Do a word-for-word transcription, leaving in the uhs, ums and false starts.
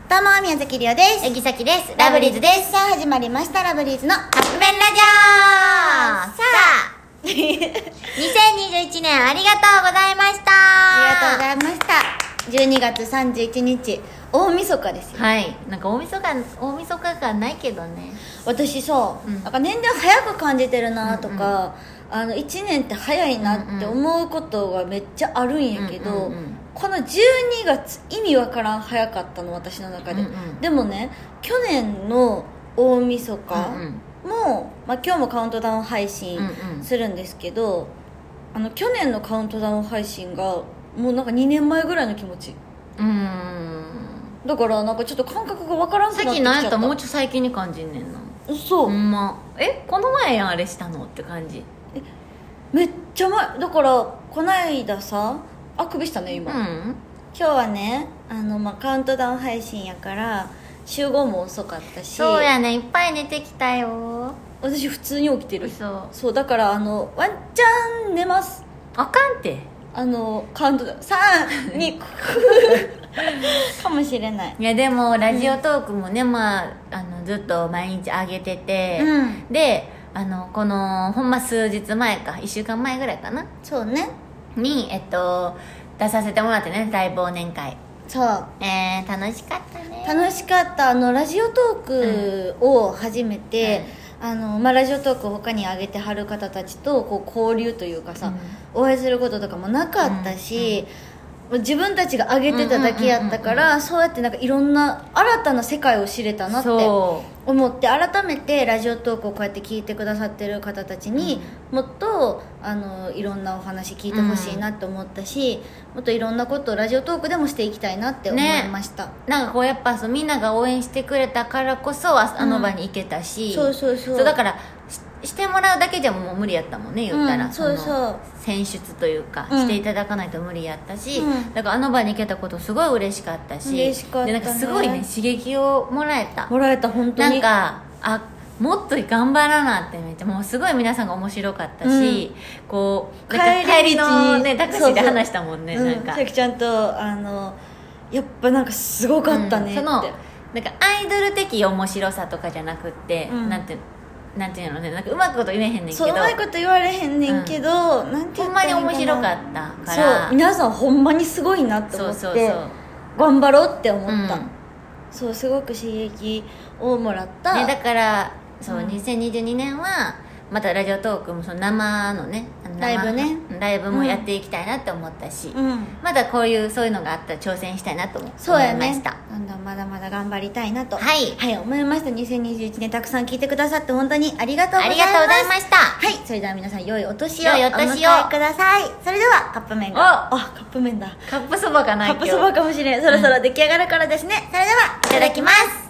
どうも宮崎りおです。 えぎさきです。ラブリーズです。 さあ始まりましたラブリーズのカップ麺ラジオ。さあにせんにじゅういちねんありがとうございました。 ありがとうございました。じゅうにがつさんじゅういちにち大晦日ですよ。 はい。なんか大晦日大晦日感ないけどね。 私そう、うん、なんか年々早く感じてるなとか、うんうん、あのいちねんって早いなって思うことがめっちゃあるんやけど、うんうんうん、このじゅうにがつ意味わからん早かったの私の中で、うんうん、でもね去年の大晦日も、うんうんまあ、今日もカウントダウン配信するんですけど、うんうん、あの去年のカウントダウン配信がもうなんかにねんまえぐらいの気持ち。うーんだからなんかちょっと感覚がわからんくなってきちゃった。 さっきなんやったらもうちょい最近に感じんねんな。 そうほんまえこの前やんあれしたのって感じ。 えめっちゃ前だからこないださあくびしたね今、うん、今日はねあの、まあ、カウントダウン配信やから集合も遅かったし。 そうやねいっぱい寝てきたよ。 私普通に起きてる。 そうそうだからあのワンチャン寝ます。 あかんってあのカウントダウンさんにかもしれない。 いやでもラジオトークもね、うん、まああのずっと毎日上げてて、うん、であのこのほんま数日前かいっしゅうかんまえぐらいかな。 そうねにえっと出させてもらってね大忘年会。 そうえー、楽しかったね。 楽しかった。あのラジオトークを始めて、うんうん、あのまあ、ラジオトークを他に上げてはる方たちとこう交流というかさ、うん、お会いすることとかもなかったし、うんうん、自分たちが上げてただけやったから、うんうんうんうん、そうやってなんかいろんな新たな世界を知れたなって思って改めてラジオトークをこうやって聞いてくださってる方たちにもっとあのいろんなお話聞いてほしいなって思ったし、うん、もっといろんなことをラジオトークでもしていきたいなって思いました、ね、 なんかこうやっぱそうみんなが応援してくれたからこそあの場に行けたし、 うん、そうそうそうそうだからし, してもらうだけじゃもう無理やったもんね言ったら、うん、 そうそう選出というか、うん、していただかないと無理やったし、うん、だからあの場に行けたことすごい嬉しかったし嬉しかった、ね、 でなんかすごいね刺激をもらえたもらえた本当になんかあもっと頑張らなってめっちゃもうすごい皆さんが面白かったし、うん、こうなんか帰りの、ね、タクシーで話したもんね。 そうそうなんかさきちゃんとあのやっぱなんかすごかったねって、うん、そのなんかアイドル的面白さとかじゃなくって、うん、なんてなんていうのねなんかうまいこと言えへんねんけどそううまいこと言われへんねんけど、うん、なんてほんまに面白かったからそう皆さんほんまにすごいなって思ってそうそうそう頑張ろうって思った、うん、そうすごく刺激をもらった、 ね、だからそう、うん、にせんにじゅうにねんはまたラジオトークもその生のねライブねライブもやっていきたいなって思ったし、うん、まだこういうそういうのがあったら挑戦したいなと思いました。そうやねどんどんまだまだ頑張りたいなとはい、 はい、思いました。にせんにじゅういちねんたくさん聞いてくださって本当にありがとうございます。 ありがとうございました。 はいそれでは皆さん良いお年をお迎えください。それではカップ麺があカップ麺だカップそばかなカップそばかもしれんそろそろ出来上がるからですね、うん、それではいただきます。